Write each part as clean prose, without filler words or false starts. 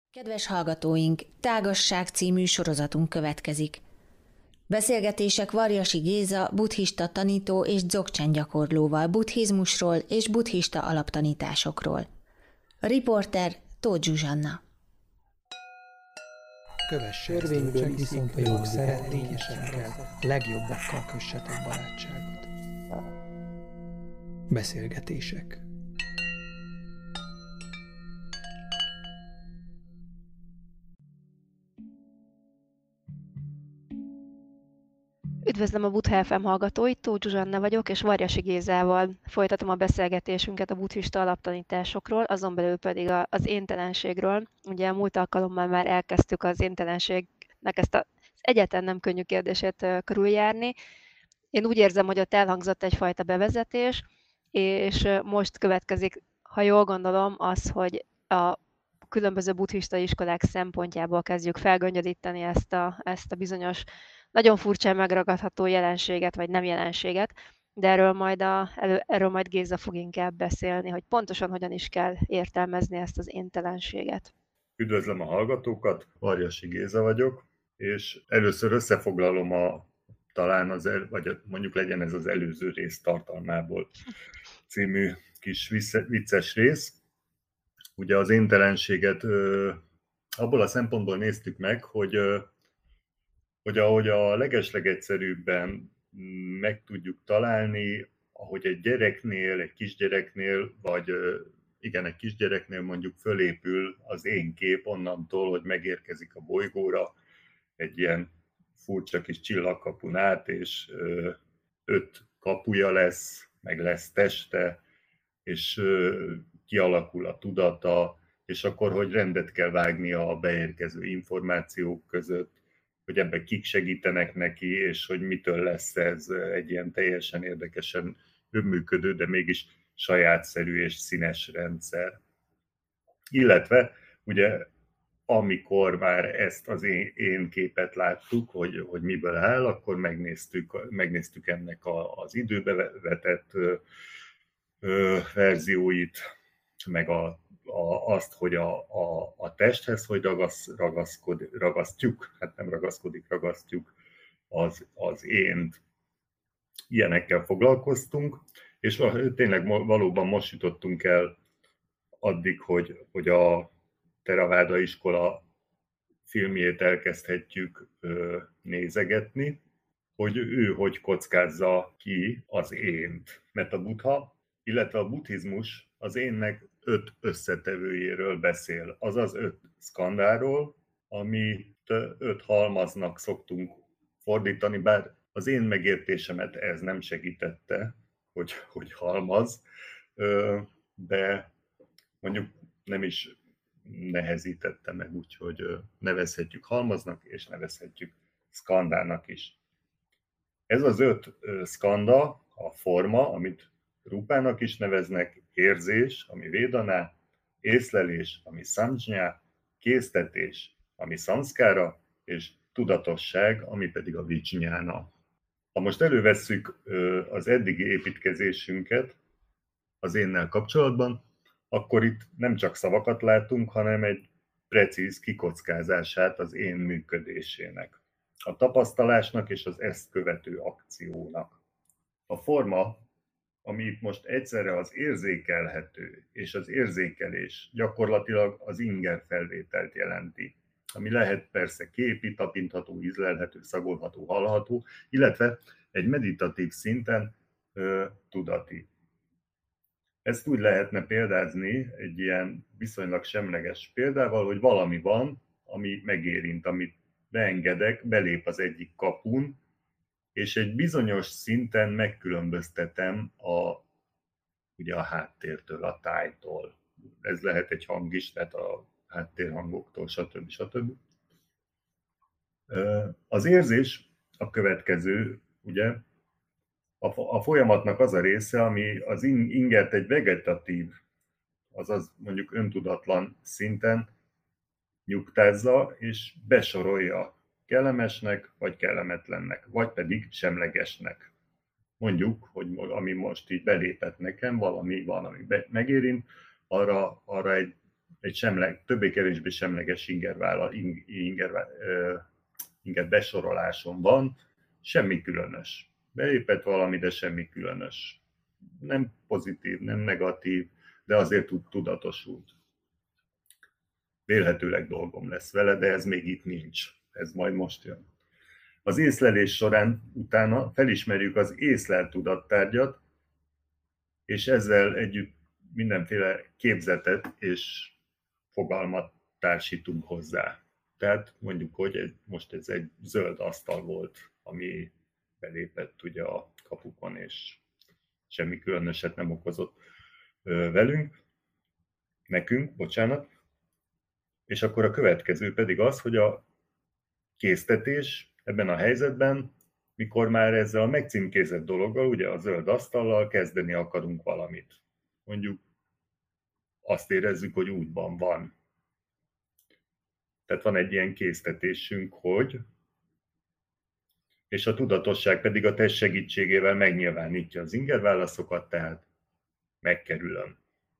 Kedves hallgatóink, Tágasság című sorozatunk következik. Beszélgetések Varjasi Géza buddhista tanító és dzogchen gyakorlóval buddhizmusról és buddhista alaptanításokról. A riporter Tóth Zsuzsanna. Kövesse törvényből viszont a jog szeretnényesekkel, legjobbakkal kössetek barátságot. Beszélgetések. Üdvözlöm a Buddha FM hallgatóit, Tóth Zsuzsanna vagyok, és Varjasi Gézával folytatom a beszélgetésünket a buddhista alaptanításokról, azon belül pedig az éntelenségről. Ugye a múlt alkalommal már elkezdtük az éntelenségnek ezt az egyáltalán nem könnyű kérdését körüljárni. Én úgy érzem, hogy ott elhangzott egyfajta bevezetés, és most következik, ha jól gondolom, az, hogy a különböző buddhista iskolák szempontjából kezdjük felgöngyölíteni ezt a bizonyos, nagyon furcsán megragadható jelenséget, vagy nem jelenséget, de erről majd Géza fog inkább beszélni, hogy pontosan hogyan is kell értelmezni ezt az éntelenséget. Üdvözlöm a hallgatókat, Varjasi Géza vagyok, és először összefoglalom vagy mondjuk legyen ez az előző rész tartalmából című kis vicces rész. Ugye az éntelenséget abból a szempontból néztük meg, hogy ahogy a legeslegegyszerűbben meg tudjuk találni, ahogy egy kisgyereknél, vagy egy kisgyereknél mondjuk fölépül az én kép onnantól, hogy megérkezik a bolygóra egy ilyen furcsa kis csillagkapun át, és 5 kapuja lesz, meg lesz teste, és kialakul a tudata, és akkor, hogy rendet kell vágnia a beérkező információk között, hogy ebben kik segítenek neki, és hogy mitől lesz ez egy ilyen teljesen érdekesen önműködő, de mégis sajátszerű és színes rendszer. Illetve ugye amikor már ezt az én képet láttuk, hogy miből áll, akkor megnéztük ennek az időbe vetett verzióit, meg azt, hogy a testhez hogy ragasztjuk, hát nem ragaszkodik, ragasztjuk az ént. Ilyenekkel foglalkoztunk, és tényleg valóban most jutottunk el addig, hogy a Theravada iskola filmjét elkezdhetjük nézegetni, hogy ő hogy kockázza ki az ént. Mert a Buddha, illetve a buddhizmus az énnek 5 összetevőjéről beszél, azaz 5 szkandáról, amit 5 halmaznak szoktunk fordítani, bár az én megértésemet ez nem segítette, hogy halmaz, de mondjuk nem is nehezítette meg, úgyhogy nevezhetjük halmaznak, és nevezhetjük szkandának is. Ez az 5 szkanda, a forma, amit rúpának is neveznek, érzés, ami védaná, észlelés, ami szamdzsnyá, késztetés, ami szamszkára, és tudatosság, ami pedig a vicsnyána. Ha most elővesszük az eddigi építkezésünket az énnel kapcsolatban, akkor itt nem csak szavakat látunk, hanem egy precíz kikockázását az én működésének, a tapasztalásnak és az ezt követő akciónak. A forma, ami itt most egyszerre az érzékelhető és az érzékelés, gyakorlatilag az inger felvételt jelenti, ami lehet persze képi, tapintható, ízlelhető, szagolható, hallható, illetve egy meditatív szinten tudati. Ezt úgy lehetne példázni egy ilyen viszonylag semleges példával, hogy valami van, ami megérint, amit beengedek, belép az egyik kapun, és egy bizonyos szinten megkülönböztetem ugye a háttértől, a tájtól. Ez lehet egy hang is, tehát a háttérhangoktól, stb. Az érzés a következő, ugye, a folyamatnak az a része, ami az ingert egy vegetatív, azaz mondjuk öntudatlan szinten nyugtázza és besorolja kellemesnek, vagy kellemetlennek, vagy pedig semlegesnek. Mondjuk, hogy ami most így belépett nekem, valami van, ami megérint, arra egy egy többé-kevésbé semleges inger besoroláson van, semmi különös. Belépett valami, de semmi különös. Nem pozitív, nem negatív, de azért tudatosult. Vélhetőleg dolgom lesz vele, de ez még itt nincs. Ez majd most jön. Az észlelés során utána felismerjük az észlelt tudattárgyat, és ezzel együtt mindenféle képzetet és fogalmat társítunk hozzá. Tehát mondjuk, hogy most ez egy zöld asztal volt, ami belépett ugye a kapukon, és semmi különöset nem okozott nekünk, bocsánat. És akkor a következő pedig az, hogy a késztetés ebben a helyzetben, mikor már ezzel a megcímkézett dologgal, ugye a zöld asztallal kezdeni akarunk valamit. Mondjuk azt érezzük, hogy útban van. Tehát van egy ilyen késztetésünk, hogy, és a tudatosság pedig a test segítségével megnyilvánítja az ingerválaszokat, tehát megkerülöm.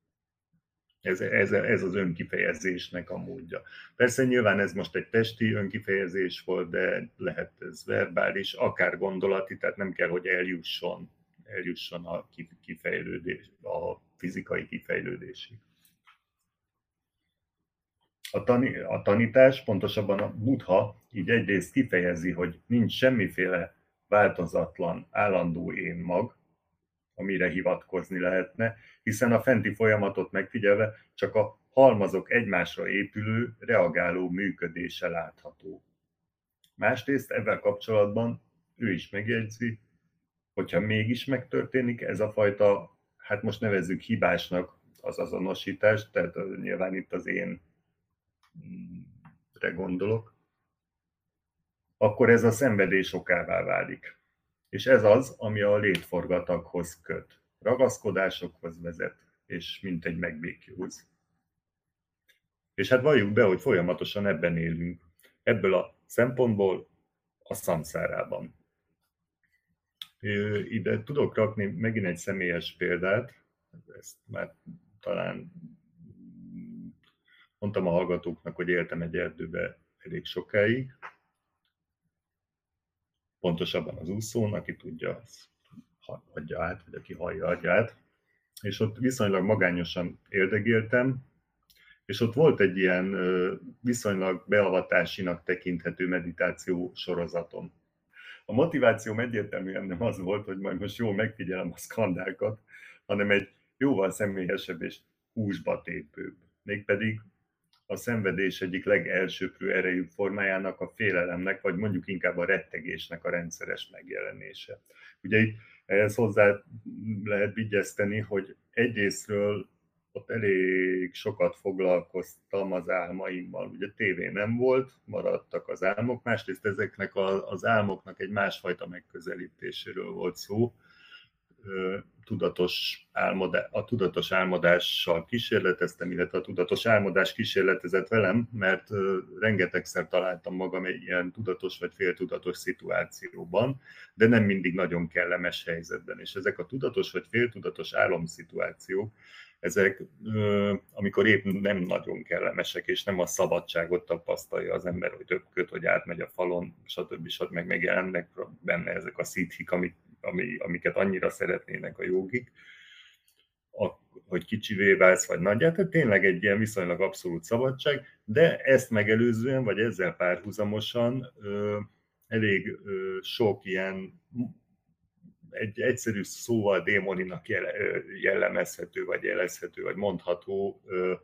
Ez az önkifejezésnek a módja. Persze nyilván ez most egy testi önkifejezés volt, de lehet ez verbális, akár gondolati, tehát nem kell, hogy eljusson a kifejlődés, a fizikai kifejlődésig. A tanítás, pontosabban a Buddha így egyrészt kifejezi, hogy nincs semmiféle változatlan, állandó én-mag, amire hivatkozni lehetne, hiszen a fenti folyamatot megfigyelve csak a halmazok egymásra épülő, reagáló működése látható. Másrészt ebben kapcsolatban ő is megjegyzi, hogyha mégis megtörténik ez a fajta, hát most nevezzük hibásnak az azonosítást, tehát nyilván itt az énre gondolok, akkor ez a szenvedés okává válik. És ez az, ami a létforgataghoz köt, ragaszkodásokhoz vezet, és mint egy megbékjóz. És hát valljuk be, hogy folyamatosan ebben élünk, ebből a szempontból a szamszárában. Ide tudok rakni megint egy személyes példát, ezt már talán mondtam a hallgatóknak, hogy éltem egy erdőbe elég sokáig, pontosabban az úszón, aki tudja, adja át, vagy aki hallja, adja át. És ott viszonylag magányosan éldegéltem, és ott volt egy ilyen viszonylag beavatásinak tekinthető meditáció sorozatom. A motivációm egyértelműen nem az volt, hogy majd most jól megfigyelem a szkandákat, hanem egy jóval személyesebb és húsba tépőbb. Mégpedig a szenvedés egyik legelsőprő erejű formájának, a félelemnek, vagy mondjuk inkább a rettegésnek a rendszeres megjelenése. Ugye itt ehhez hozzá lehet vigyezteni, hogy egyrésztről ott elég sokat foglalkoztam az álmaimmal. Ugye tévé nem volt, maradtak az álmok, másrészt ezeknek az álmoknak egy másfajta megközelítéséről volt szó. A tudatos álmodással kísérleteztem, illetve a tudatos álmodás kísérletezett velem, mert rengetegszer találtam magam egy ilyen tudatos vagy féltudatos szituációban, de nem mindig nagyon kellemes helyzetben. És ezek a tudatos vagy féltudatos álomszituációk, ezek, amikor épp nem nagyon kellemesek, és nem a szabadságot tapasztalja az ember, hogy röpköd, hogy átmegy a falon, stb. Meg megjelennek benne ezek a szitthik, amiket annyira szeretnének a jogik, hogy kicsivé válsz, vagy nagyját, tehát tényleg egy ilyen viszonylag abszolút szabadság, de ezt megelőzően, vagy ezzel párhuzamosan elég sok ilyen egy egyszerű szóval démoninak jellemezhető, vagy jelezhető, vagy mondható,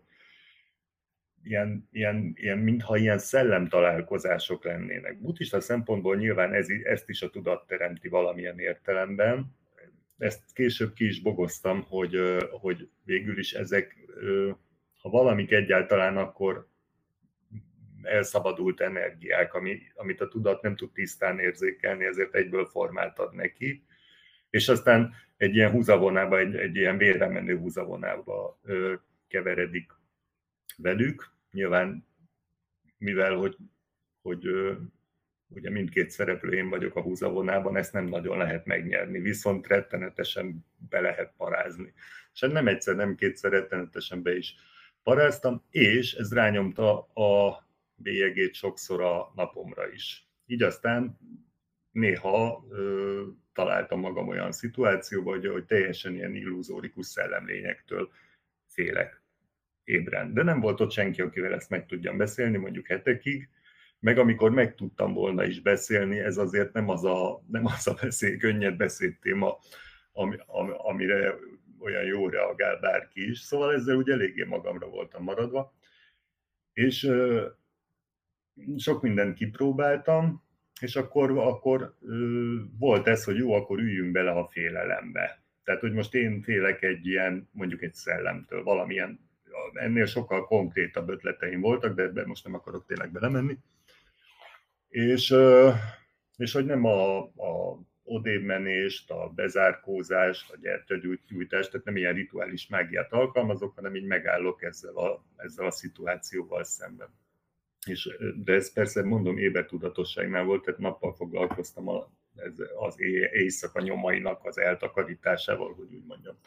mintha ilyen szellemtalálkozások lennének. Buddhista szempontból nyilván ezt is a tudat teremti valamilyen értelemben. Ezt később ki is bogoztam, hogy végül is ezek, ha valamik egyáltalán, akkor elszabadult energiák, amit a tudat nem tud tisztán érzékelni, ezért egyből formát ad neki. És aztán egy ilyen húzavonába, egy ilyen vérre menő húzavonába keveredik velük. Nyilván, mivel hogy ugye mindkét szereplő én vagyok a húzavonában, ezt nem nagyon lehet megnyerni, viszont rettenetesen be lehet parázni. És nem egyszer, nem kétszer rettenetesen be is paráztam, és ez rányomta a bélyegét sokszor a napomra is. Így aztán néha találtam magam olyan szituációban, hogy teljesen ilyen illuzórikus szellemlényektől félek ébren. De nem volt ott senki, akivel ezt meg tudjam beszélni, mondjuk hetekig, meg amikor meg tudtam volna is beszélni, ez azért nem az a könnyed beszédtéma, amire olyan jó reagál bárki is. Szóval ezzel úgy eléggé magamra voltam maradva. És sok mindent kipróbáltam, és akkor volt ez, hogy jó, akkor üljünk bele a félelembe. Tehát, hogy most én félek egy ilyen, mondjuk egy szellemtől, valamilyen, ennél sokkal konkrétabb ötleteim voltak, de ebben most nem akarok tényleg belemenni. És hogy nem a odébbmenést, a bezárkózást, a gyertyagyújtást, tehát nem ilyen rituális mágiát alkalmazok, hanem így megállok ezzel a szituációval szemben. De ez persze, mondom, ébertudatosságnál volt, tehát nappal foglalkoztam az éjszaka nyomainak az eltakarításával, hogy úgy mondjam.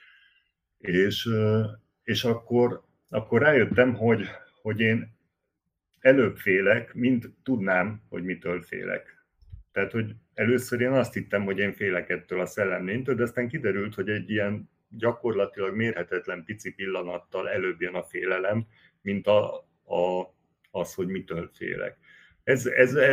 És akkor rájöttem, hogy én előbb félek, mint tudnám, hogy mitől félek. Tehát, hogy először én azt hittem, hogy én félek ettől a szellemlénytől, de aztán kiderült, hogy egy ilyen gyakorlatilag mérhetetlen pici pillanattal előbb jön a félelem, mint az, hogy mitől félek. Ez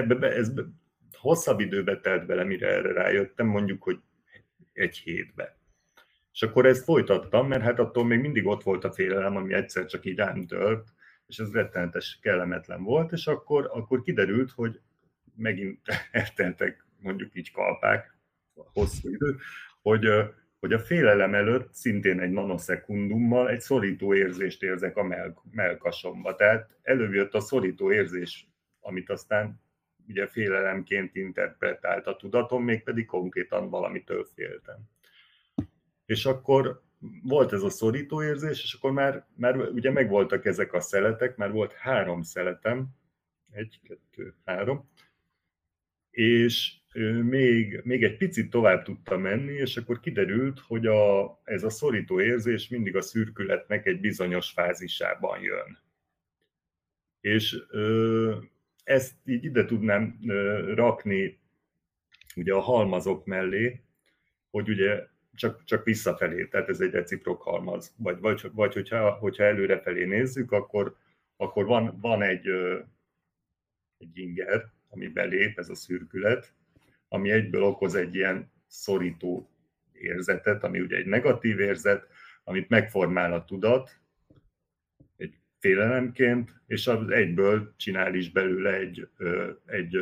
hosszabb időbe telt bele, mire erre rájöttem, mondjuk, hogy egy hétbe. És akkor ezt folytattam, mert hát attól még mindig ott volt a félelem, ami egyszer csak így rám tört, és ez rettenetes kellemetlen volt, és akkor kiderült, hogy megint elteltek mondjuk így kalpák, hosszú idő, hogy a félelem előtt szintén egy nanoszekundummal egy szorító érzést érzek a mellkasomba. Tehát előjött a szorító érzés, amit aztán ugye félelemként interpretált a tudatom, mégpedig konkrétan valamitől féltem. És akkor volt ez a szorító érzés, és akkor már ugye megvoltak ezek a szeletek, már volt 3 szeletem, 1, 2, 3, és még egy picit tovább tudtam menni, és akkor kiderült, hogy ez a szorító érzés mindig a szürkületnek egy bizonyos fázisában jön. És ezt így ide tudnám rakni ugye a halmazok mellé, hogy ugye csak visszafelé, tehát ez egy reciprok halmaz. Vagy hogyha előrefelé nézzük, akkor van egy inger, ami belép, ez a szürkület, ami egyből okoz egy ilyen szorító érzetet, ami ugye egy negatív érzet, amit megformál a tudat egy félelemként, és az egyből csinál is belőle egy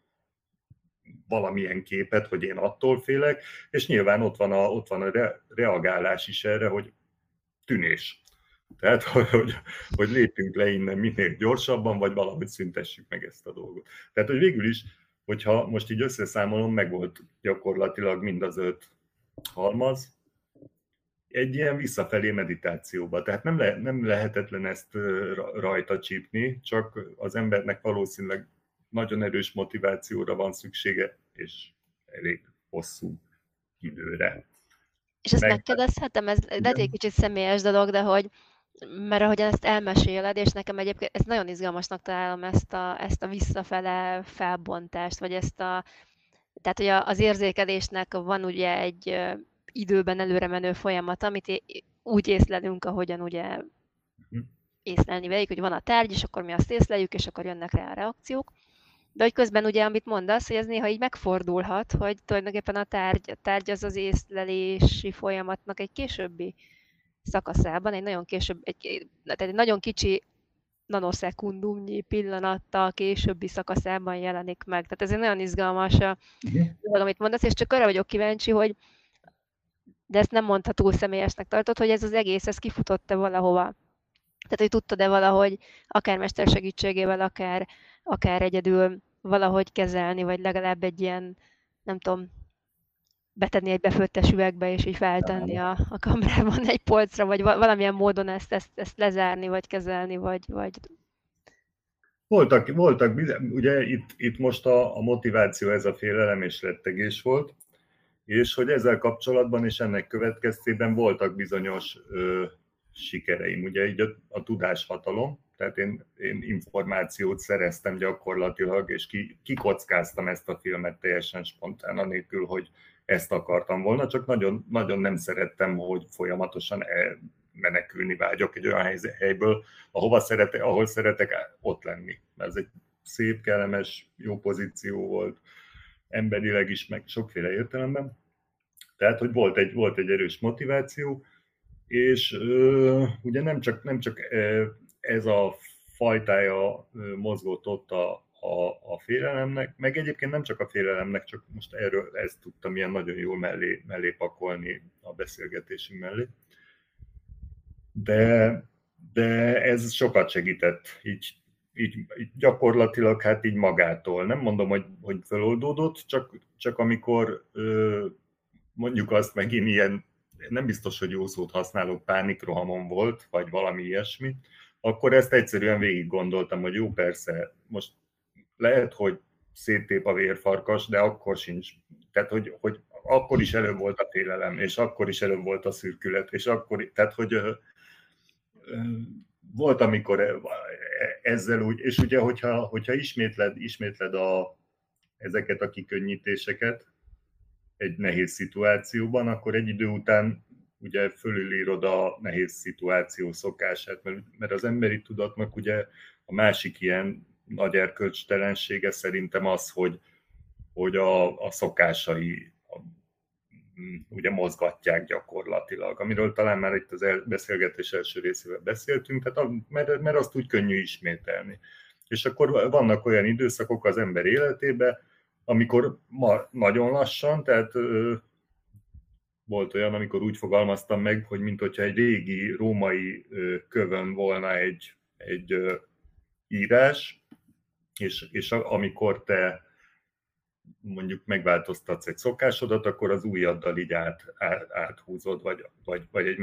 valamilyen képet, hogy én attól félek, és nyilván ott van a reagálás is erre, hogy tűnés. Tehát, hogy lépjünk le innen minél gyorsabban, vagy valahogy szüntessük meg ezt a dolgot. Tehát, hogy végül is, hogyha most így összeszámolom, meg volt gyakorlatilag mind az 5 halmaz, egy ilyen visszafelé meditációba. Tehát nem lehetetlen ezt rajta csípni, csak az embernek valószínűleg nagyon erős motivációra van szüksége, és elég hosszú időre. És ezt megkérdezhetem, ez lehet egy kicsit személyes dolog, de mert ahogyan ezt elmeséled, és nekem egyébként ez nagyon izgalmasnak találom ezt a visszafele felbontást, vagy tehát hogy az érzékelésnek van ugye egy időben előre menő folyamat, amit úgy észlelünk, ahogyan ugye észlelni veljük, hogy van a tárgy, és akkor mi azt észleljük, és akkor jönnek rá a reakciók. De hogy közben ugye, amit mondasz, hogy ez néha így megfordulhat, hogy tulajdonképpen a tárgy az észlelési folyamatnak egy későbbi szakaszában, egy nagyon kicsi nanoszekundumnyi pillanattal későbbi szakaszában jelenik meg. Tehát ez egy nagyon izgalmas dolog, amit mondasz, és csak arra vagyok kíváncsi, hogy de ezt nem mondható személyesnek tartod, hogy ez az egész, ez kifutott-e valahova. Tehát, hogy tudtad-e valahogy, akár mester segítségével, akár egyedül valahogy kezelni, vagy legalább egy ilyen, nem tudom, betenni egy befőttes üvegbe, és így feltenni a kamrában egy polcra, vagy valamilyen módon ezt lezárni, vagy kezelni, vagy... Voltak, ugye itt most a motiváció, ez a félelem és rettegés volt, és hogy ezzel kapcsolatban és ennek következtében voltak bizonyos sikereim. Ugye így a tudáshatalom, tehát én információt szereztem gyakorlatilag, és kikockáztam ezt a filmet teljesen spontán, anélkül, hogy ezt akartam volna, csak nagyon, nagyon nem szerettem, hogy folyamatosan menekülni vágyok egy olyan helyből, ahol szeretek ott lenni. Ez egy szép, kellemes, jó pozíció volt, emberileg is, meg sokféle értelemben. Tehát, hogy volt egy erős motiváció, és ugye nem csak ez a fajtája mozgott ott a félelemnek, meg egyébként nem csak a félelemnek, csak most erről ezt tudtam ilyen nagyon jól mellé pakolni a beszélgetésünk mellé. De ez sokat segített, így gyakorlatilag hát így magától. Nem mondom, hogy feloldódott, csak amikor mondjuk azt megint ilyen, nem biztos, hogy jó szót használok, pánikrohamon volt, vagy valami ilyesmi, akkor ezt egyszerűen végig gondoltam, hogy jó, persze, most lehet, hogy széttép a vérfarkas, de akkor sincs. Tehát, hogy akkor is előbb volt a félelem, és akkor is előbb volt a szürkület, és akkor, tehát, hogy volt, amikor ezzel úgy, és ugye, hogyha ismétled ezeket a kikönnyítéseket egy nehéz szituációban, akkor egy idő után ugye fölülírod a nehéz szituáció szokását, mert az emberi tudatnak ugye a másik ilyen nagy erkölcstelensége szerintem az, hogy a szokásai ugye mozgatják gyakorlatilag, amiről talán már itt az beszélgetés első részével beszéltünk, tehát mert azt úgy könnyű ismételni. És akkor vannak olyan időszakok az ember életében, amikor nagyon lassan, tehát volt olyan, amikor úgy fogalmaztam meg, hogy minthogyha egy régi római kövön volna egy írás, és amikor te mondjuk megváltoztatsz egy szokásodat, akkor az ujjaddal így áthúzod, vagy egy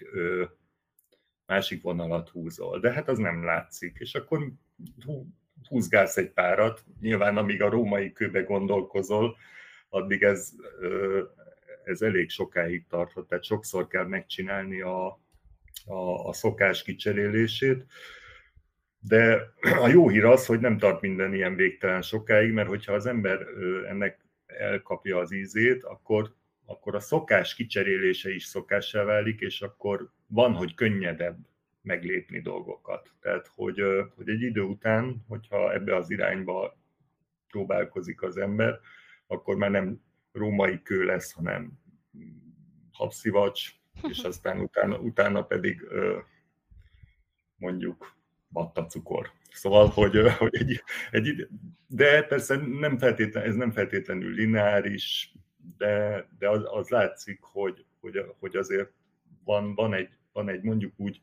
másik vonalat húzol. De hát az nem látszik, és akkor húzgálsz egy párat, nyilván amíg a római kőbe gondolkozol, addig ez elég sokáig tarthat, tehát sokszor kell megcsinálni a szokás kicserélését. De a jó hír az, hogy nem tart minden ilyen végtelen sokáig, mert hogyha az ember ennek elkapja az ízét, akkor a szokás kicserélése is szokássá válik, és akkor van, hogy könnyedebb meglépni dolgokat. Tehát, hogy egy idő után, hogyha ebbe az irányba próbálkozik az ember, akkor már nem római kő lesz, hanem habszivacs, és aztán utána pedig mondjuk vattacukor. Szóval, hogy de persze ez nem feltétlenül lineáris, de az látszik, hogy azért van egy mondjuk úgy,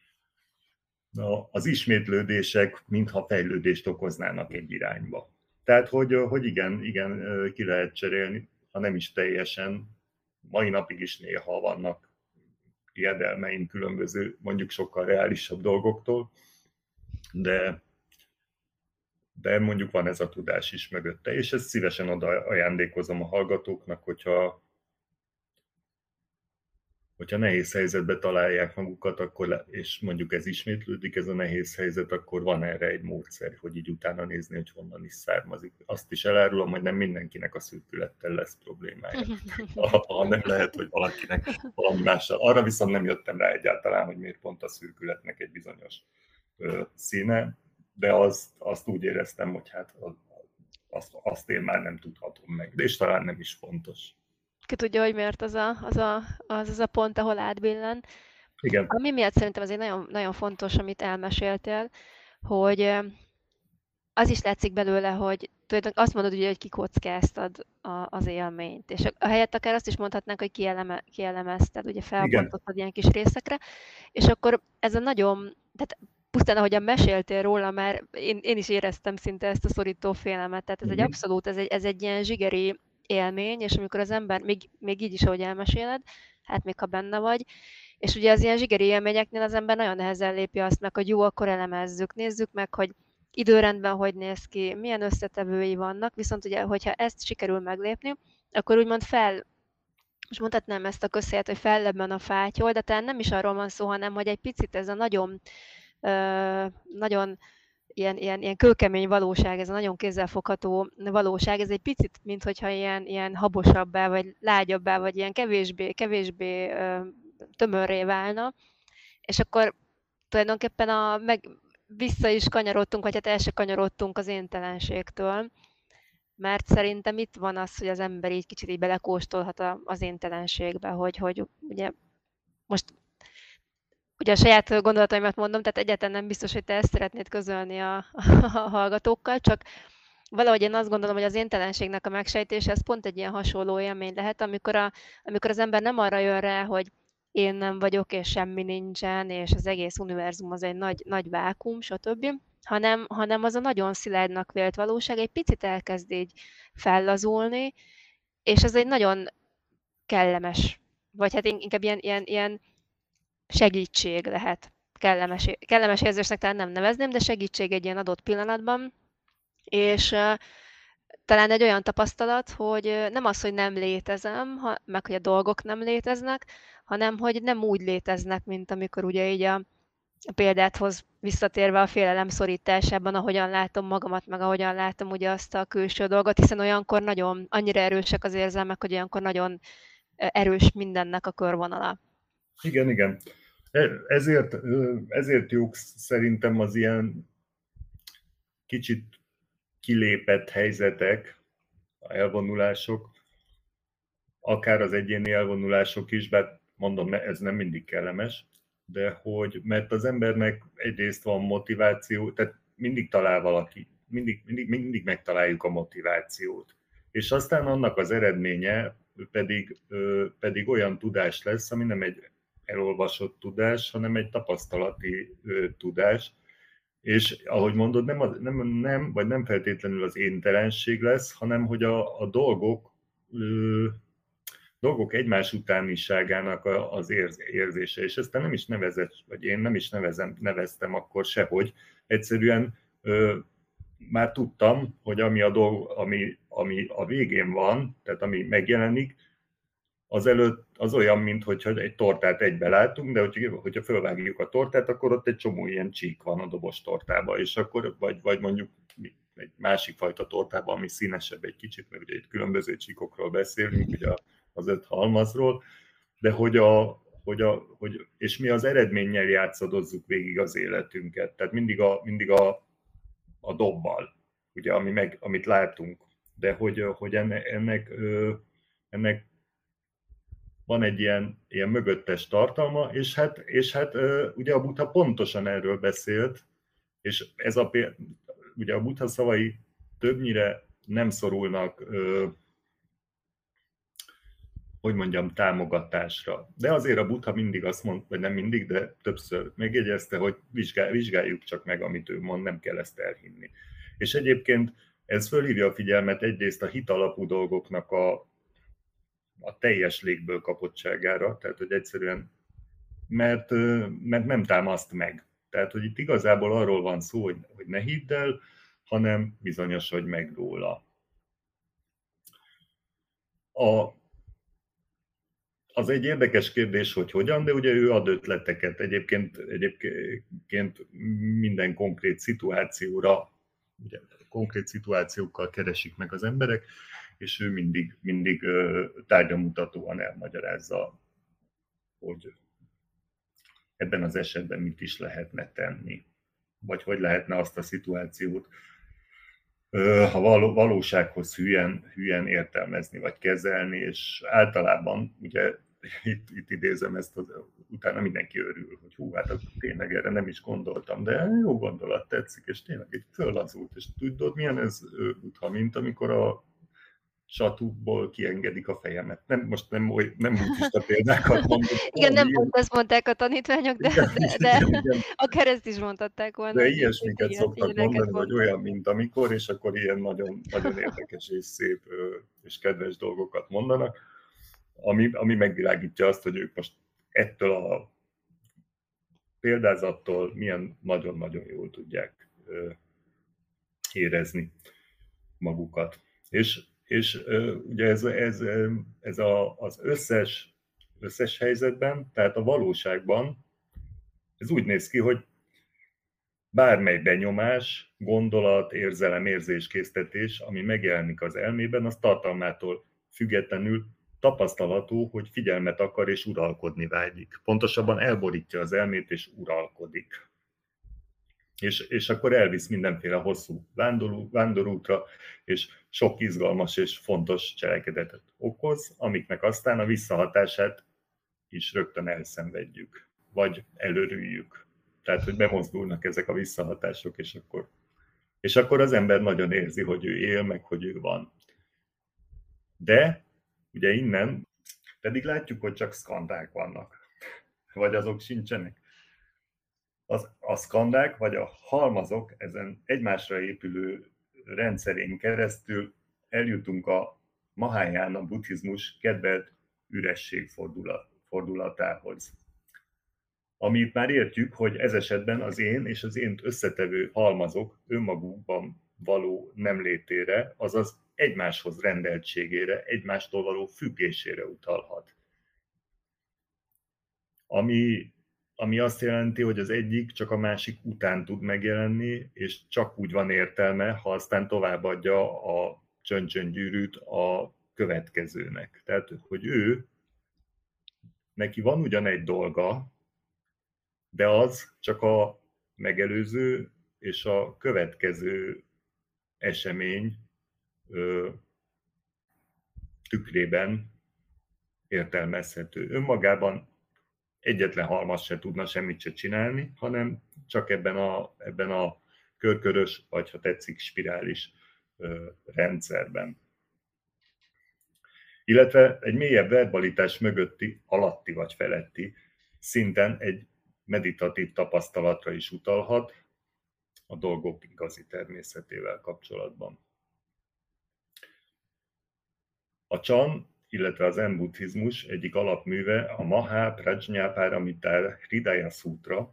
az ismétlődések mintha fejlődést okoznának egy irányba. Tehát, hogy igen, ki lehet cserélni, ha nem is teljesen, mai napig is néha vannak hiedelmeim különböző, mondjuk sokkal reálisabb dolgoktól, de mondjuk van ez a tudás is mögötte, és ezt szívesen oda ajándékozom a hallgatóknak, hogyha nehéz helyzetbe találják magukat, és mondjuk ez ismétlődik, ez a nehéz helyzet, akkor van erre egy módszer, hogy így utána nézni, hogy honnan is származik. Azt is elárulom, hogy nem mindenkinek a szürkülettel lesz problémája. Ha nem lehet, hogy valakinek valami mással. Arra viszont nem jöttem rá egyáltalán, hogy miért pont a szürkületnek egy bizonyos színe, de azt úgy éreztem, hogy hát azt én már nem tudhatom meg, és talán nem is fontos. Ki tudja, hogy miért az a pont, ahol átbillen. Igen. Ami miatt szerintem ez egy nagyon, nagyon fontos, amit elmeséltél, hogy az is látszik belőle, hogy tulajdonképpen azt mondod, ugye, hogy kikockáztad az élményt, és a helyett akár azt is mondhatnánk, hogy kielemezted, ugye felbontotted ilyen kis részekre, és akkor ez a nagyon, tehát pusztán ahogyan meséltél róla, már én is éreztem szinte ezt a szorító félelmet, tehát ez egy abszolút, ez egy ilyen zsigeri élmény, és amikor az ember, még így is, ahogy elmeséled, hát még ha benne vagy, és ugye az ilyen zsigeri élményeknél az ember nagyon nehezen lépi azt meg, hogy jó, akkor elemezzük, nézzük meg, hogy időrendben hogy néz ki, milyen összetevői vannak, viszont ugye, hogyha ezt sikerül meglépni, akkor úgymond most mondhatnám ezt a közhelyet, hogy fellebben a fátyol, de talán nem is arról van szó, hanem hogy egy picit ez a nagyon ilyen kőkemény valóság, ez a nagyon kézzelfogható valóság, ez egy picit, minthogyha ilyen habosabbá, vagy lágyabbá, vagy ilyen kevésbé tömörré válna, és akkor tulajdonképpen vissza is kanyarodtunk, vagy hát el se kanyarodtunk az éntelenségtől, mert szerintem itt van az, hogy az ember így kicsit így belekóstolhat az éntelenségbe, hogy ugye most ugye a saját gondolataimat mondom, tehát egyáltalán nem biztos, hogy te ezt szeretnéd közölni a hallgatókkal, csak valahogy én azt gondolom, hogy az éntelenségnek a megsejtése, ez pont egy ilyen hasonló élmény lehet, amikor az ember nem arra jön rá, hogy én nem vagyok, és semmi nincsen, és az egész univerzum az egy nagy vákum, stb., hanem az a nagyon szilárdnak vélt valóság egy picit elkezd így fellazulni, és ez egy nagyon kellemes, vagy hát inkább ilyen segítség lehet. Kellemes érzésnek talán nem nevezném, de segítség egy ilyen adott pillanatban, és talán egy olyan tapasztalat, hogy nem az, hogy nem létezem, meg hogy a dolgok nem léteznek, hanem hogy nem úgy léteznek, mint amikor ugye így a példáthoz visszatérve a félelem szorításában, ahogyan látom magamat, meg ahogyan látom ugye azt a külső dolgot, hiszen olyankor nagyon, annyira erősek az érzelmek, hogy olyankor nagyon erős mindennek a körvonala. Igen. Ezért jók szerintem az ilyen kicsit kilépett helyzetek, elvonulások, akár az egyéni elvonulások is, bár mondom, ez nem mindig kellemes, de mert az embernek egyrészt van motiváció, tehát mindig talál valaki, mindig megtaláljuk a motivációt. És aztán annak az eredménye pedig olyan tudás lesz, ami nem egy elolvasott tudás, hanem egy tapasztalati tudás. És ahogy mondod, nem feltétlenül az éntelenség lesz, hanem hogy a dolgok egymás utániságának az érzése. És ezt nem is nevezett, vagy én nem is neveztem akkor sehogy. Egyszerűen már tudtam, hogy ami a végén van, tehát ami megjelenik, az olyan, mintha egy tortát egybe látunk, de hogyha fölvágjuk a tortát, akkor ott egy csomó ilyen csík van a dobos tortában, és akkor, vagy mondjuk egy másik fajta tortában, ami színesebb egy kicsit, mert ugye itt különböző csíkokról beszélünk, ugye az 5 halmazról, de és mi az eredménnyel játszadozzuk végig az életünket, tehát mindig a dobbal, ugye, amit látunk, de hogy ennek van egy ilyen mögöttes tartalma, és hát ugye a Buddha pontosan erről beszélt, és ugye a Buddha szavai többnyire nem szorulnak, támogatásra. De azért a Buddha mindig azt mondta, vagy nem mindig, de többször megjegyezte, hogy vizsgáljuk csak meg, amit ő mond, nem kell ezt elhinni. És egyébként ez fölhívja a figyelmet egyrészt a hitalapú dolgoknak a teljes légből kapottságára, tehát hogy egyszerűen, mert nem támaszt meg. Tehát, hogy itt igazából arról van szó, hogy ne hidd el, hanem bizonyosodj meg róla. Az egy érdekes kérdés, hogy hogyan, de ugye ő ad ötleteket. Egyébként minden konkrét szituációra, ugye konkrét szituációkkal keresik meg az emberek, és ő mindig tárgyamutatóan elmagyarázza, hogy ebben az esetben mit is lehetne tenni, vagy hogy lehetne azt a szituációt a valósághoz hülyen értelmezni, vagy kezelni, és általában, ugye itt idézem ezt, utána mindenki örül, hogy hú, hát tényleg erre nem is gondoltam, de jó gondolat, tetszik, és tényleg egy föllazult, és tudod, milyen ez Buddha, mint amikor a satúkból kiengedik a fejemet. Most nem buddhista példákat mondok. Igen, nem pont ezt mondták a tanítványok, de akár ezt is mondhatták volna. De ilyesmiket szoktak mondani, hogy olyan, mint amikor, és akkor ilyen nagyon, nagyon érdekes és szép és kedves dolgokat mondanak, ami megvilágítja azt, hogy ők most ettől a példázattól milyen nagyon-nagyon jól tudják érezni magukat. És És ugye az összes helyzetben, tehát a valóságban ez úgy néz ki, hogy bármely benyomás, gondolat, érzelem, érzés, késztetés, ami megjelenik az elmében, az tartalmától függetlenül tapasztalható, hogy figyelmet akar és uralkodni vágyik. Pontosabban elborítja az elmét és uralkodik. És akkor elvisz mindenféle hosszú vándorútra, és sok izgalmas és fontos cselekedetet okoz, amiknek aztán a visszahatását is rögtön elszenvedjük, vagy előrüljük. Tehát, hogy bemozdulnak ezek a visszahatások, és akkor az ember nagyon érzi, hogy ő él, meg hogy ő van. De ugye innen pedig látjuk, hogy csak szkandák vannak, vagy azok sincsenek. A szkandák, vagy a halmazok ezen egymásra épülő rendszerén keresztül eljutunk a Mahayana buddhizmus kedvelt üresség fordulatához. Amit már értjük, hogy ez esetben az én és az ént összetevő halmazok önmagukban való nemlétére, azaz egymáshoz rendeltségére, egymástól való függésére utalhat. Ami azt jelenti, hogy az egyik csak a másik után tud megjelenni, és csak úgy van értelme, ha aztán továbbadja a csönd-csönd-gyűrűt a következőnek. Tehát, hogy neki van ugyan egy dolga, de az csak a megelőző és a következő esemény tükrében értelmezhető. Önmagában egyetlen halmaz se tudna semmit se csinálni, hanem csak ebben a körkörös, vagy ha tetszik, spirális rendszerben. Illetve egy mélyebb verbalitás mögötti, alatti vagy feletti szinten egy meditatív tapasztalatra is utalhat a dolgok igazi természetével kapcsolatban. A Chan, illetve az Zen buddhizmus egyik alapműve a Maha Prajna Paramita Hridaya Sutra.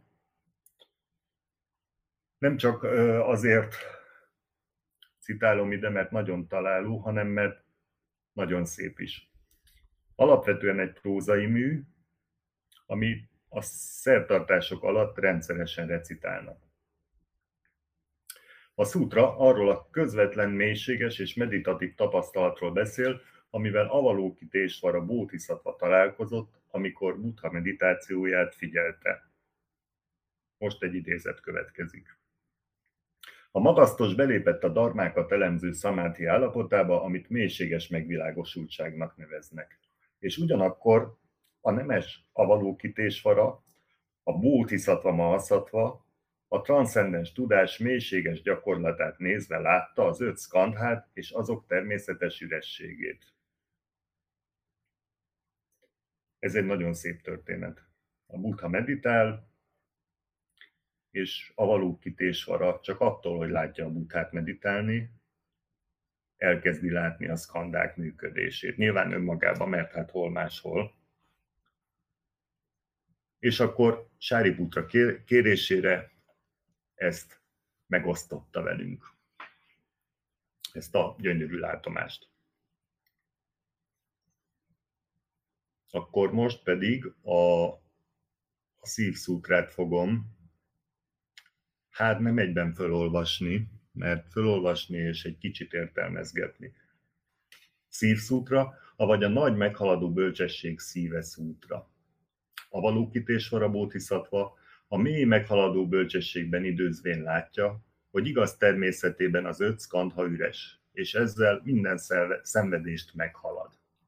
Nem csak azért citálom ide, mert nagyon találó, hanem mert nagyon szép is. Alapvetően egy prózai mű, ami a szertartások alatt rendszeresen recitálnak. A szútra arról a közvetlen, mélységes és meditatív tapasztalatról beszél, amivel Avalokitésvara Bódhiszatva találkozott, amikor Buddha meditációját figyelte. Most egy idézet következik. A magasztos belépett a dharmákat elemző szamáthi állapotába, amit mélységes megvilágosultságnak neveznek. És ugyanakkor a nemes Avalokitésvara, a Bódhiszatva Mahasatva, a transzcendens tudás mélységes gyakorlatát nézve látta az 5 szkandhát és azok természetes ürességét. Ez egy nagyon szép történet. A Buddha meditál, és Avalokitésvara csak attól, hogy látja a Buddhát meditálni, elkezdi látni a szkandák működését. Nyilván önmagában, mert hát hol máshol. És akkor Sáriputra kérésére ezt megosztotta velünk. Ezt a gyönyörű látomást. Akkor most pedig a szívszútrát fogom nem egyben felolvasni, mert felolvasni és egy kicsit értelmezgetni. Szívszútra, avagy a nagy meghaladó bölcsesség szíve szútra. Avalokitésvara Bódhiszatva a mély meghaladó bölcsességben időzvén látja, hogy igaz természetében az 5 szkandha üres, és ezzel minden szenvedést meghalad.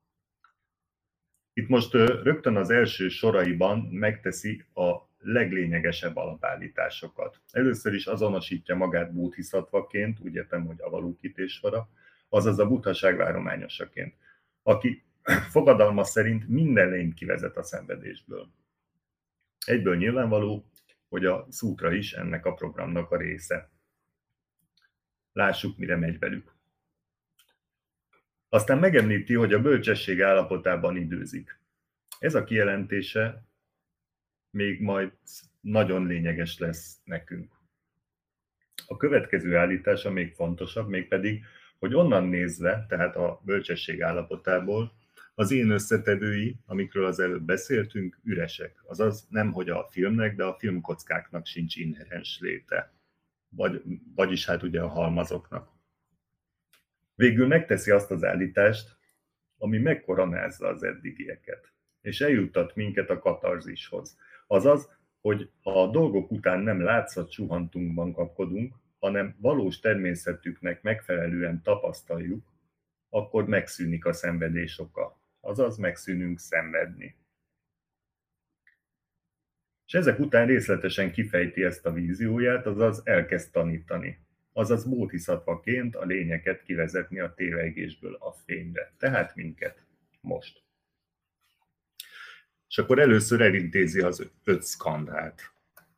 Itt most rögtön az első soraiban megteszi a leglényegesebb alapállításokat. Először is azonosítja magát Bódhiszatvaként, úgy értem, hogy Avalokitésvara, azaz a buddhaság várományosaként, aki fogadalma szerint minden lényt kivezet a szenvedésből. Egyből nyilvánvaló, hogy a szútra is ennek a programnak a része. Lássuk, mire megy velük. Aztán megemlíti, hogy a bölcsesség állapotában időzik. Ez a kijelentése még majd nagyon lényeges lesz nekünk. A következő állítása még fontosabb, mégpedig hogy onnan nézve, tehát a bölcsesség állapotából, az én összetevői, amikről az előbb beszéltünk, üresek. Azaz nem, hogy a filmnek, de a filmkockáknak sincs inherens léte. Vagyis hát ugye a halmazoknak. Végül megteszi azt az állítást, ami megkoronázza az eddigieket, és eljuttat minket a katarzishoz. Azaz, hogy ha a dolgok után nem látszat suhantunkban kapkodunk, hanem valós természetüknek megfelelően tapasztaljuk, akkor megszűnik a szenvedés oka. Azaz megszűnünk szenvedni. És ezek után részletesen kifejti ezt a vízióját, azaz elkezd tanítani. Azaz bódhiszatvaként a lényeket kivezetni a tévegésből a fényre. Tehát minket most. És akkor először elintézi az 5 szkandhát.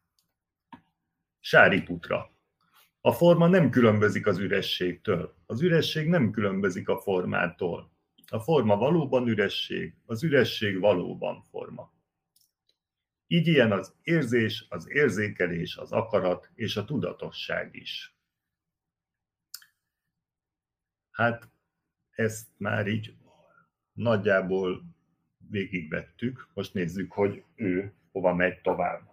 Sáriputra. A forma nem különbözik az ürességtől. Az üresség nem különbözik a formától. A forma valóban üresség, az üresség valóban forma. Így ilyen az érzés, az érzékelés, az akarat és a tudatosság is. Hát ezt már így nagyjából végigvettük. Most nézzük, hogy ő hova megy tovább.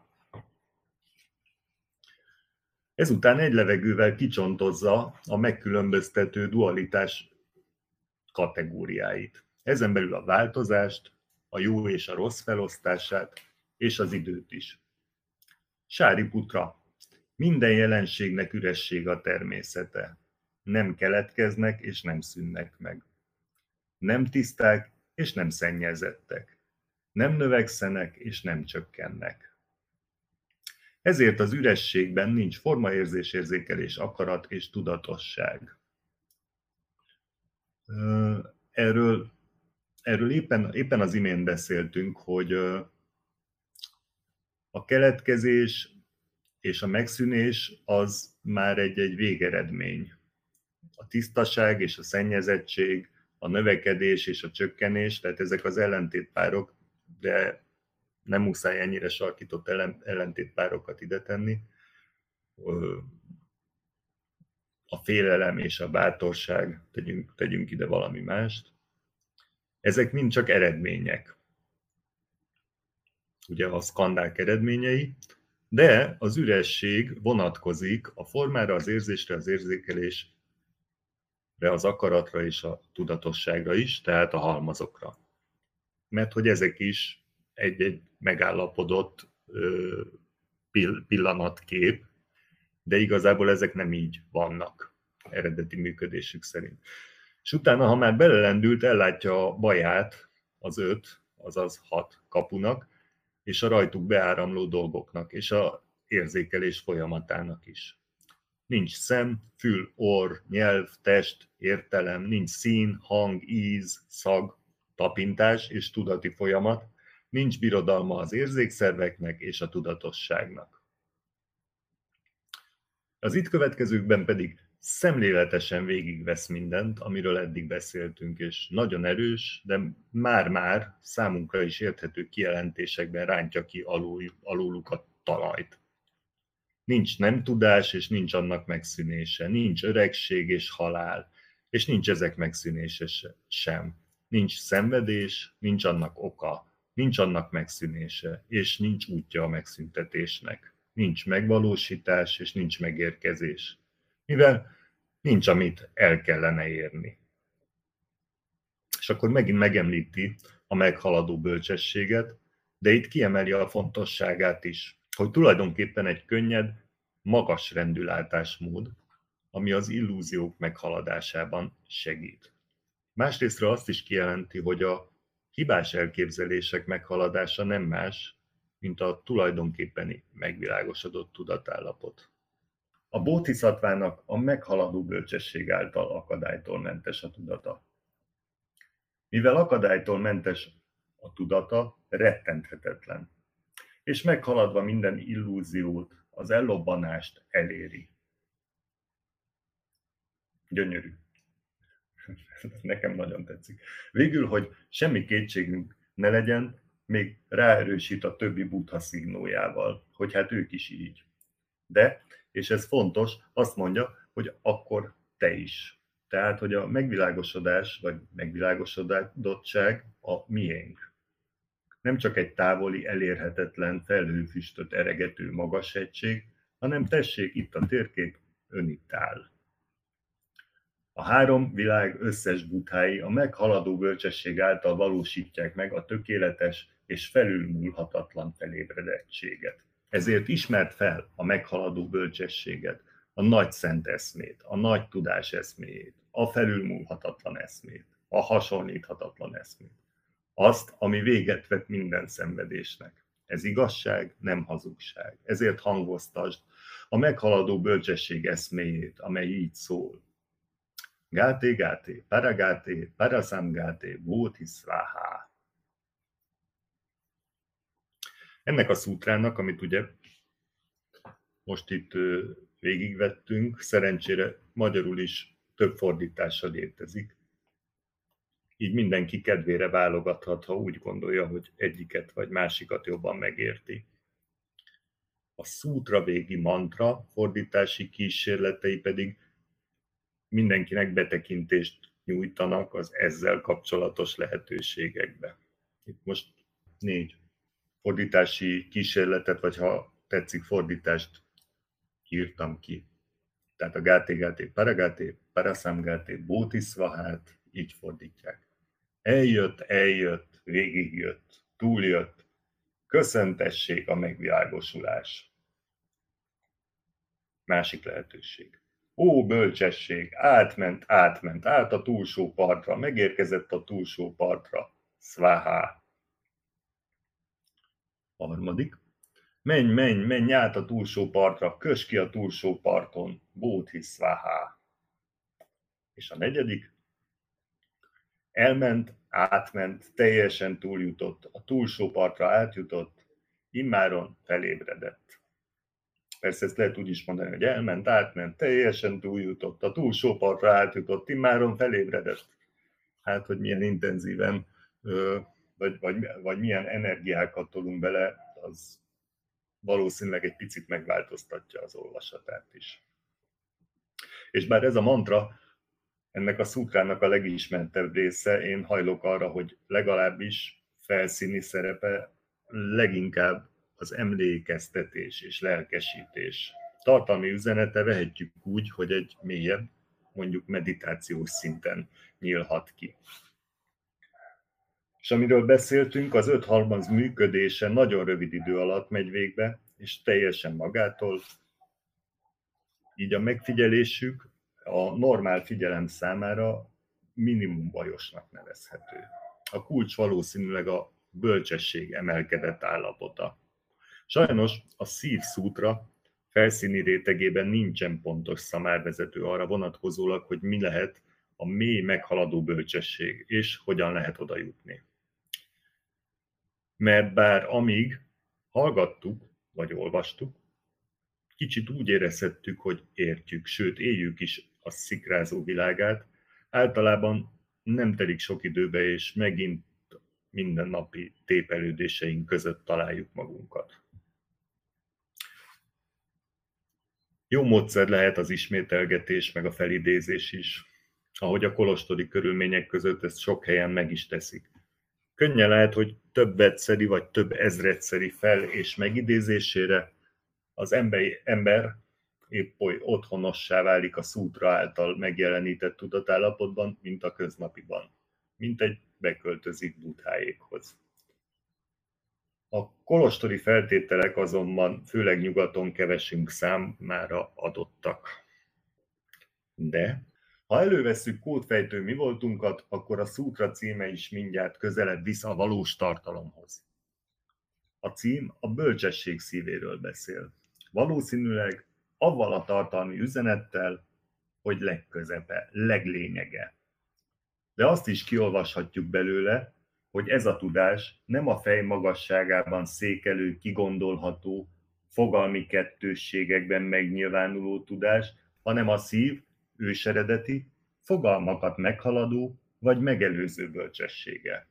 Ezután egy levegővel kicsontozza a megkülönböztető dualitás kategóriáit. Ezen belül a változást, a jó és a rossz felosztását, és az időt is. Sáriputra. Minden jelenségnek üresség a természete. Nem keletkeznek és nem szűnnek meg. Nem tiszták és nem szennyezettek. Nem növekszenek és nem csökkennek. Ezért az ürességben nincs formaérzés, érzékelés, akarat és tudatosság. Erről éppen az imént beszéltünk, hogy a keletkezés és a megszűnés az már egy végeredmény. A tisztaság és a szennyezettség, a növekedés és a csökkenés, tehát ezek az ellentétpárok, de nem muszáj ennyire sarkított ellentétpárokat ide tenni. A félelem és a bátorság, tegyünk ide valami mást. Ezek mind csak eredmények. Ugye a szkandák eredményei, de az üresség vonatkozik a formára, az érzésre, az érzékelésre, az akaratra és a tudatosságra is, tehát a halmazokra. Mert hogy ezek is egy megállapodott pillanatkép, de igazából ezek nem így vannak eredeti működésük szerint. És utána, ha már belelendült, ellátja a baját az 5, azaz 6 kapunak, és a rajtuk beáramló dolgoknak, és a érzékelés folyamatának is. Nincs szem, fül, orr, nyelv, test, értelem, nincs szín, hang, íz, szag, tapintás és tudati folyamat, nincs birodalma az érzékszerveknek és a tudatosságnak. Az itt következőkben pedig szemléletesen végigvesz mindent, amiről eddig beszéltünk, és nagyon erős, de már-már számunkra is érthető kijelentésekben rántja ki aluluk a talajt. Nincs nem tudás, és nincs annak megszűnése, nincs öregség és halál, és nincs ezek megszűnése sem. Nincs szenvedés, nincs annak oka, nincs annak megszűnése, és nincs útja a megszüntetésnek. Nincs megvalósítás, és nincs megérkezés. Mivel nincs, amit el kellene érni. És akkor megint megemlíti a meghaladó bölcsességet, de itt kiemeli a fontosságát is, hogy tulajdonképpen egy könnyed, magas rendű látásmód, ami az illúziók meghaladásában segít. Másrésztről azt is kijelenti, hogy a hibás elképzelések meghaladása nem más, mint a tulajdonképpeni megvilágosodott tudatállapot. A bódhiszatvának a meghaladó bölcsesség által akadálytól mentes a tudata. Mivel akadálytól mentes a tudata, rettenthetetlen, és meghaladva minden illúziót, az ellobbanást eléri. Gyönyörű. Nekem nagyon tetszik. Végül, hogy semmi kétségünk ne legyen, még ráerősít a többi buddha szignójával, hogy hát ők is így. De, és ez fontos, azt mondja, hogy akkor te Tehát, hogy a megvilágosodás vagy megvilágosodottság a miénk. Nem csak egy távoli, elérhetetlen, felhőfüstöt eregető magas egység, hanem tessék itt a térkép, ön itt áll. A három világ összes buddhái a meghaladó bölcsesség által valósítják meg a tökéletes és felülmúlhatatlan felébredettséget. Ezért ismert fel a meghaladó bölcsességet, a nagy szent eszmét, a nagy tudás eszméjét, a felülmúlhatatlan eszmét, a hasonlíthatatlan eszmét. Azt, ami véget vet minden szenvedésnek. Ez igazság, nem hazugság. Ezért hangoztasd a meghaladó bölcsesség eszméjét, amely így szól. Gáté, gáté, paragáté, parasamgáté, bodhisattva. Ennek a szútrának, amit ugye most itt végigvettünk, szerencsére magyarul is több fordítással létezik. Így mindenki kedvére válogathat, ha úgy gondolja, hogy egyiket vagy másikat jobban megérti. A szútra végi mantra fordítási kísérletei pedig mindenkinek betekintést nyújtanak az ezzel kapcsolatos lehetőségekbe. Itt most 4 fordítási kísérletet, vagy ha tetszik, fordítást írtam ki. Tehát a gáté, gáté, paragáté, parasamgáté, bodhisattva-hát így fordítják. Eljött, végigjött, túljött, köszöntessék a megvilágosulás. Másik lehetőség. Ó, bölcsesség, átment át a túlsó partra, megérkezett a túlsó partra. Svaha. A harmadik. Menj át a túlsó partra, köss ki a túlsó parton. Bodhisattva. És a negyedik. Elment, átment, teljesen túljutott, a túlsó partra átjutott, immáron felébredett. Persze ezt lehet úgy is mondani, hogy elment, átment, teljesen túljutott, a túlsó partra átjutott, immáron felébredett. Hát, hogy milyen intenzíven, vagy milyen energiákat tolunk bele, az valószínűleg egy picit megváltoztatja az olvasatát is. És bár ez a mantra, ennek a szútrának a legismertebb része, én hajlok arra, hogy legalábbis felszíni szerepe leginkább az emlékeztetés és lelkesítés. Tartalmi üzenete vehetjük úgy, hogy egy mélyebb, mondjuk meditációs szinten nyílhat ki. És amiről beszéltünk, az 5 halmaz működése nagyon rövid idő alatt megy végbe, és teljesen magától. Így a megfigyelésük a normál figyelem számára minimum bajosnak nevezhető. A kulcs valószínűleg a bölcsesség emelkedett állapota. Sajnos a szív szútra felszíni rétegében nincsen pontos szamárvezető arra vonatkozólag, hogy mi lehet a mély meghaladó bölcsesség, és hogyan lehet oda jutni. Mert bár amíg hallgattuk, vagy olvastuk, kicsit úgy érezhettük, hogy értjük, sőt éljük is a szikrázó világát, általában nem telik sok időbe, és megint mindennapi tépelődéseink között találjuk magunkat. Jó módszer lehet az ismételgetés, meg a felidézés is, ahogy a kolostori körülmények között ezt sok helyen meg is teszik. Könnyen lehet, hogy több egyszeri vagy több ezredszeri fel- és megidézésére az ember épp oly otthonossá válik a szútra által megjelenített tudatállapotban, mint a köznapiban, mint egy beköltözik buddháékhoz. A kolostori feltételek azonban főleg nyugaton kevesünk számára adottak. De ha elővesszük kódfejtő mi voltunkat, akkor a szútra címe is mindjárt közelebb visz a valós tartalomhoz. A cím a bölcsesség szívéről beszél. Valószínűleg avval a tartalmi üzenettel, hogy legközepe, leglényege. De azt is kiolvashatjuk belőle, hogy ez a tudás nem a fej magasságában székelő, kigondolható, fogalmi kettősségekben megnyilvánuló tudás, hanem a szív őseredeti, fogalmakat meghaladó vagy megelőző bölcsessége.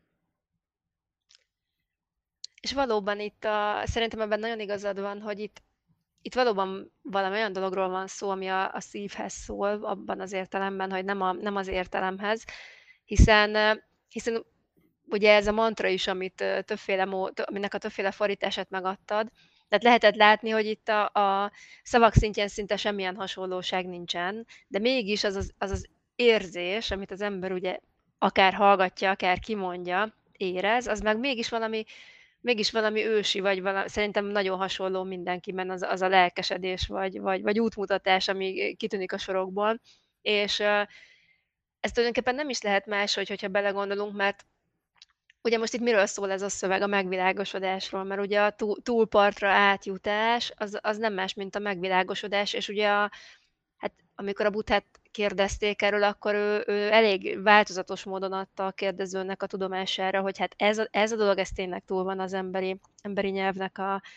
És valóban itt szerintem ebben nagyon igazad van, hogy itt itt valóban valami olyan dologról van szó, ami a szívhez szól, abban az értelemben, hogy nem az értelemhez, hiszen ugye ez a mantra is, aminek a többféle fordítását megadtad, tehát lehetett látni, hogy itt a szavak szintjén szinte semmilyen hasonlóság nincsen, de mégis az érzés, amit az ember ugye akár hallgatja, akár kimondja, érez, az meg mégis valami ősi, szerintem nagyon hasonló mindenkiben az a lelkesedés, vagy útmutatás, ami kitűnik a sorokból, és ez tulajdonképpen nem is lehet máshogy, hogyha belegondolunk, mert ugye most itt miről szól ez a szöveg? A megvilágosodásról, mert ugye a túlpartra átjutás az nem más, mint a megvilágosodás, és ugye hát amikor a Buddhát kérdezték erről, akkor ő elég változatos módon adta a kérdezőnek a tudomására, hogy hát ez a dolog, ez tényleg túl van az emberi nyelvnek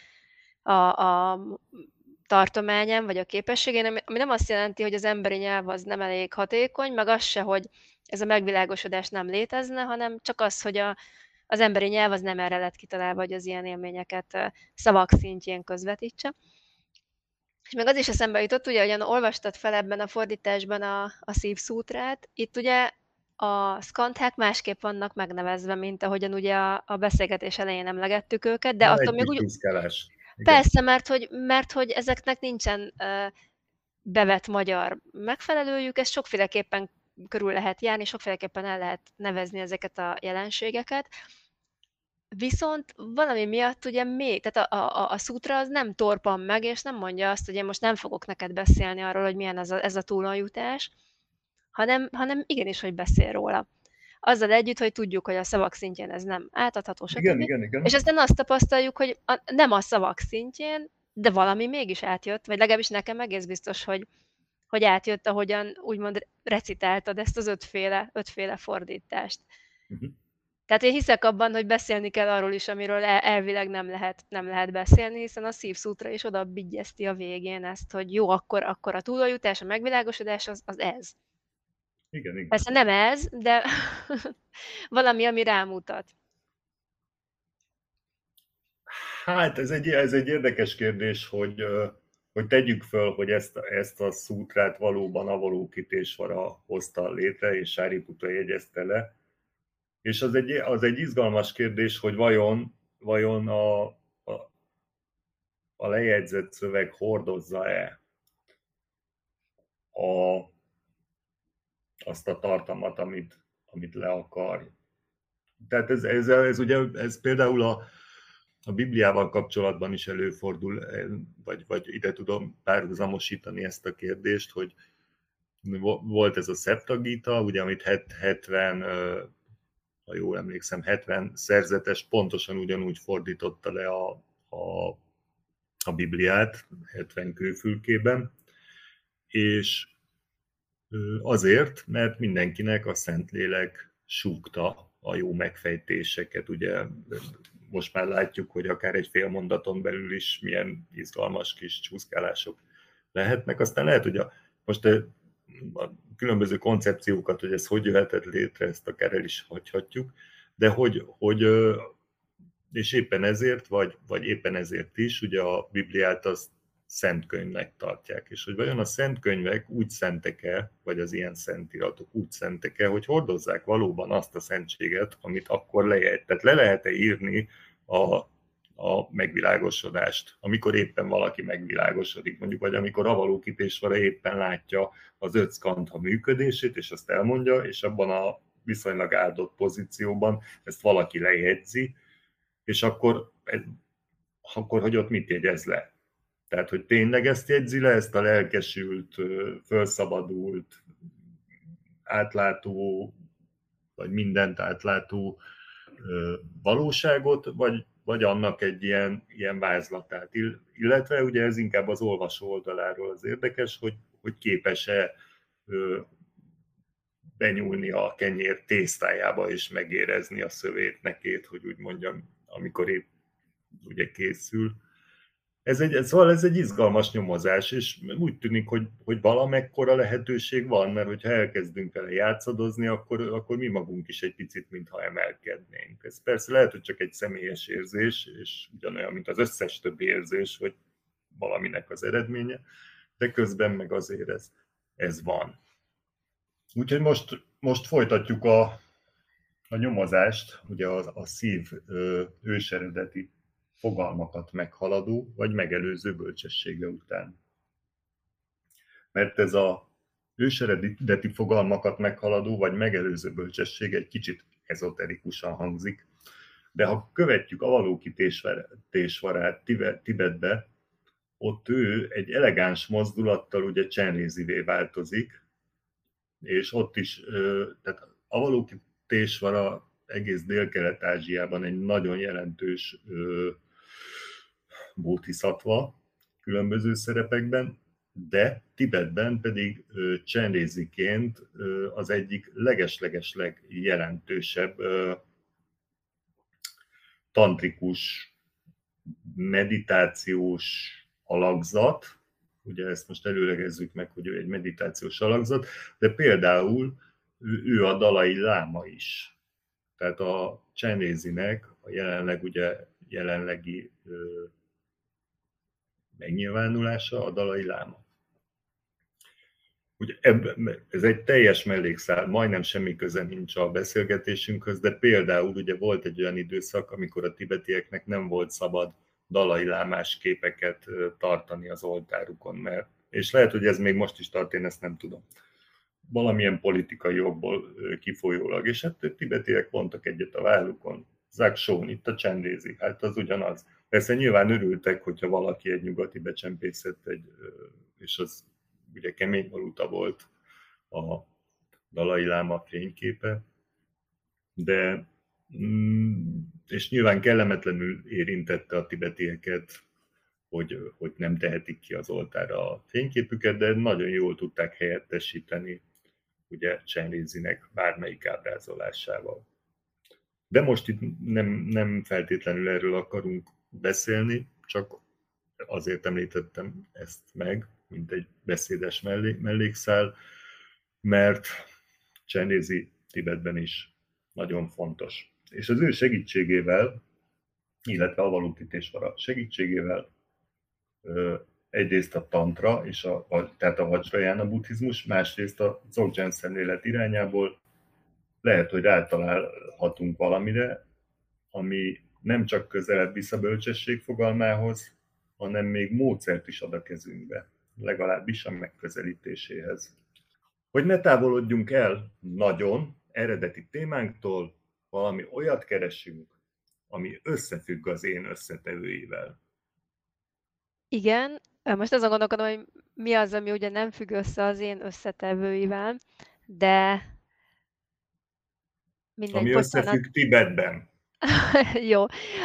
a tartományán, vagy a képességén, ami nem azt jelenti, hogy az emberi nyelv az nem elég hatékony, meg az se, hogy ez a megvilágosodás nem létezne, hanem csak az, hogy az emberi nyelv az nem erre lett kitalálva, hogy az ilyen élményeket szavak szintjén közvetítse. És meg az is eszembe jutott, ugye, ahogyan olvastad fel ebben a fordításban a szívszútrát, itt ugye a szkandhák másképp vannak megnevezve, mint ahogyan ugye a beszélgetés elején emlegettük őket, de attól még úgy... Persze, mert hogy ezeknek nincsen bevett magyar megfelelőjük, ezt sokféleképpen körül lehet járni, sokféleképpen el lehet nevezni ezeket a jelenségeket. Viszont valami miatt ugye tehát a szútra az nem torpan meg, és nem mondja azt, hogy én most nem fogok neked beszélni arról, hogy milyen ez a túlonjutás, hanem igenis, hogy beszél róla. Azzal együtt, hogy tudjuk, hogy a szavak szintjén ez nem átadható, stb. Igen. És aztán azt tapasztaljuk, hogy nem a szavak szintjén, de valami mégis átjött, vagy legalábbis nekem egész biztos, hogy átjött, ahogyan úgymond recitáltad ezt az ötféle fordítást. Uh-huh. Tehát én hiszek abban, hogy beszélni kell arról is, amiről elvileg nem lehet beszélni, hiszen a szívszútra is oda bigyezti a végén ezt, hogy jó, akkor a túloljutás, a megvilágosodás az ez. Igen. Persze nem ez, de valami, ami rámutat. Hát ez egy érdekes kérdés, hogy tegyük föl, hogy ezt a szútrát valóban Avalókitésvara hozta létre, és Sáriputra jegyezte le. És az egy izgalmas kérdés, hogy vajon a lejegyzett szöveg hordozza-e azt a tartalmat, amit le akar. Tehát ez például a Bibliával kapcsolatban is előfordul, vagy ide tudom párhuzamosítani ezt a kérdést, hogy volt ez a Septagita, ugye, amit 70, ha jól emlékszem, 70 szerzetes pontosan ugyanúgy fordította le a Bibliát, 70 kőfülkében, és azért, mert mindenkinek a Szentlélek súgta a jó megfejtéseket. Ugye most már látjuk, hogy akár egy fél mondaton belül is milyen izgalmas kis csúszkálások lehetnek. Aztán lehet, hogy most a különböző koncepciókat, hogy ez hogy jöhetett létre, ezt akár el is hagyhatjuk, de hogy és éppen ezért, vagy éppen ezért is, ugye a Bibliát azt szent könyvnek tartják, és hogy vajon a szent könyvek úgy szentek-e, vagy az ilyen szentiratok úgy szentek-e, hogy hordozzák valóban azt a szentséget, amit akkor lejegy. Tehát le lehet-e írni a megvilágosodást, amikor éppen valaki megvilágosodik, mondjuk, vagy amikor Avalókitésvara éppen látja az 5 skandha működését, és azt elmondja, és abban a viszonylag áldott pozícióban ezt valaki lejegyzi, és akkor hogy ott mit jegyez le? Tehát, hogy tényleg ezt jegyzi le, ezt a lelkesült, fölszabadult, átlátó, vagy mindent átlátó valóságot, vagy annak egy ilyen vázlatát. Illetve ugye ez inkább az olvasó oldaláról az érdekes, hogy képes-e benyúlni a kenyér tésztájába és megérezni a szövét nekét, hogy úgy mondjam, amikor épp ugye készül. Ez egy izgalmas nyomozás, és úgy tűnik, hogy valamekkora lehetőség van, mert hogyha elkezdünk vele játszadozni, akkor mi magunk is egy picit, mintha emelkednénk. Ez persze lehet, hogy csak egy személyes érzés, és ugyanolyan, mint az összes többi érzés, hogy valaminek az eredménye, de közben meg azért ez van. Úgyhogy most folytatjuk a nyomozást, ugye a szív őseredeti fogalmakat meghaladó, vagy megelőző bölcsessége után. Mert ez a őseredeti fogalmakat meghaladó, vagy megelőző bölcsesség egy kicsit ezoterikusan hangzik, de ha követjük Avalokitésvarát Tibetbe, ott ő egy elegáns mozdulattal ugye Csenrézivé változik, és ott is, tehát Avalokitésvara egész Dél-Kelet-Ázsiában egy nagyon jelentős bodhisattva különböző szerepekben, de Tibetben pedig Csenréziként az egyik leges-leges legjelentősebb tantrikus meditációs alakzat, ugye ezt most előlegezzük meg, hogy ő egy meditációs alakzat, de például ő a Dalai Láma is. Tehát a Csenrézinek a jelenlegi megnyilvánulása a Dalai Láma. Ugye ez egy teljes mellékszál, majdnem semmi köze nincs a beszélgetésünkhöz, de például ugye volt egy olyan időszak, amikor a tibetieknek nem volt szabad dalai lámás képeket tartani az oltárukon, mert, és lehet, hogy ez még most is tart, én ezt nem tudom, valamilyen politikai jogból kifolyólag, és hát a tibetiek vontak egyet a vállukon, Zaksón, itt a Csenrézi, hát az ugyanaz. Persze nyilván örültek, hogyha valaki egy nyugati becsempészett, és az ugye kemény valuta volt a Dalai Láma fényképe, de és nyilván kellemetlenül érintette a tibetieket, hogy nem tehetik ki az oltárra a fényképüket, de nagyon jól tudták helyettesíteni ugye Csenrézinek bármelyik ábrázolásával. De most itt nem feltétlenül erről akarunk beszélni, csak azért említettem ezt meg, mint egy beszédes mellékszál, mert Csenrézi Tibetben is nagyon fontos. És az ő segítségével, illetve Avalokitésvara segítségével egyrészt a tantra, tehát a vajrayana buddhizmus, másrészt a Dzogchen szemlélet irányából lehet, hogy rátalálhatunk valamire, ami nem csak közelebb visz a bölcsesség fogalmához, hanem még módszert is ad a kezünkbe, legalábbis a megközelítéséhez. Hogy ne távolodjunk el nagyon eredeti témánktól, valami olyat keresünk, ami összefügg az én összetevőivel. Igen, most azon gondolkodom, hogy mi az, ami ugye nem függ össze az én összetevőivel, de mindegy, ami összefügg Tibetben. Jó.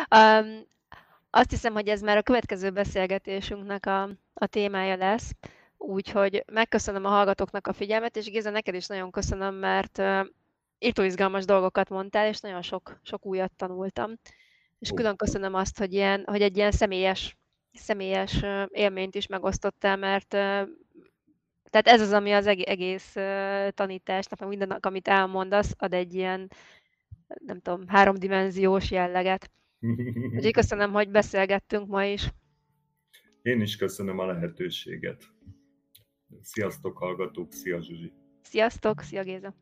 Azt hiszem, hogy ez már a következő beszélgetésünknek a témája lesz, úgyhogy megköszönöm a hallgatóknak a figyelmet, és Géza, neked is nagyon köszönöm, mert írtó izgalmas dolgokat mondtál, és nagyon sok újat tanultam. És külön köszönöm azt, hogy egy ilyen személyes élményt is megosztottál, mert tehát ez az, ami az egész tanításnak, meg mindennek, amit elmondasz, ad egy ilyen, nem tudom, 3-dimenziós jelleget. Úgyhogy köszönöm, hogy beszélgettünk ma is. Én is köszönöm a lehetőséget. Sziasztok, hallgatók! Szia, Zsuzsi! Sziasztok! Szia, Géza!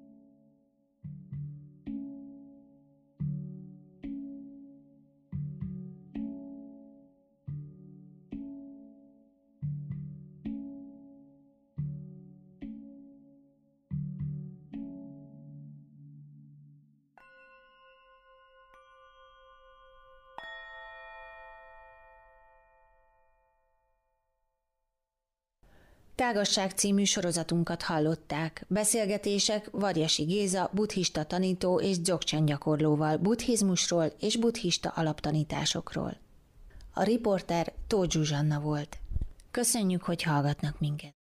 Tágasság című sorozatunkat hallották. Beszélgetések Varjasi Géza, buddhista tanító és dzogchen gyakorlóval buddhizmusról és buddhista alaptanításokról. A riporter Tóth Zsuzsanna volt. Köszönjük, hogy hallgatnak minket!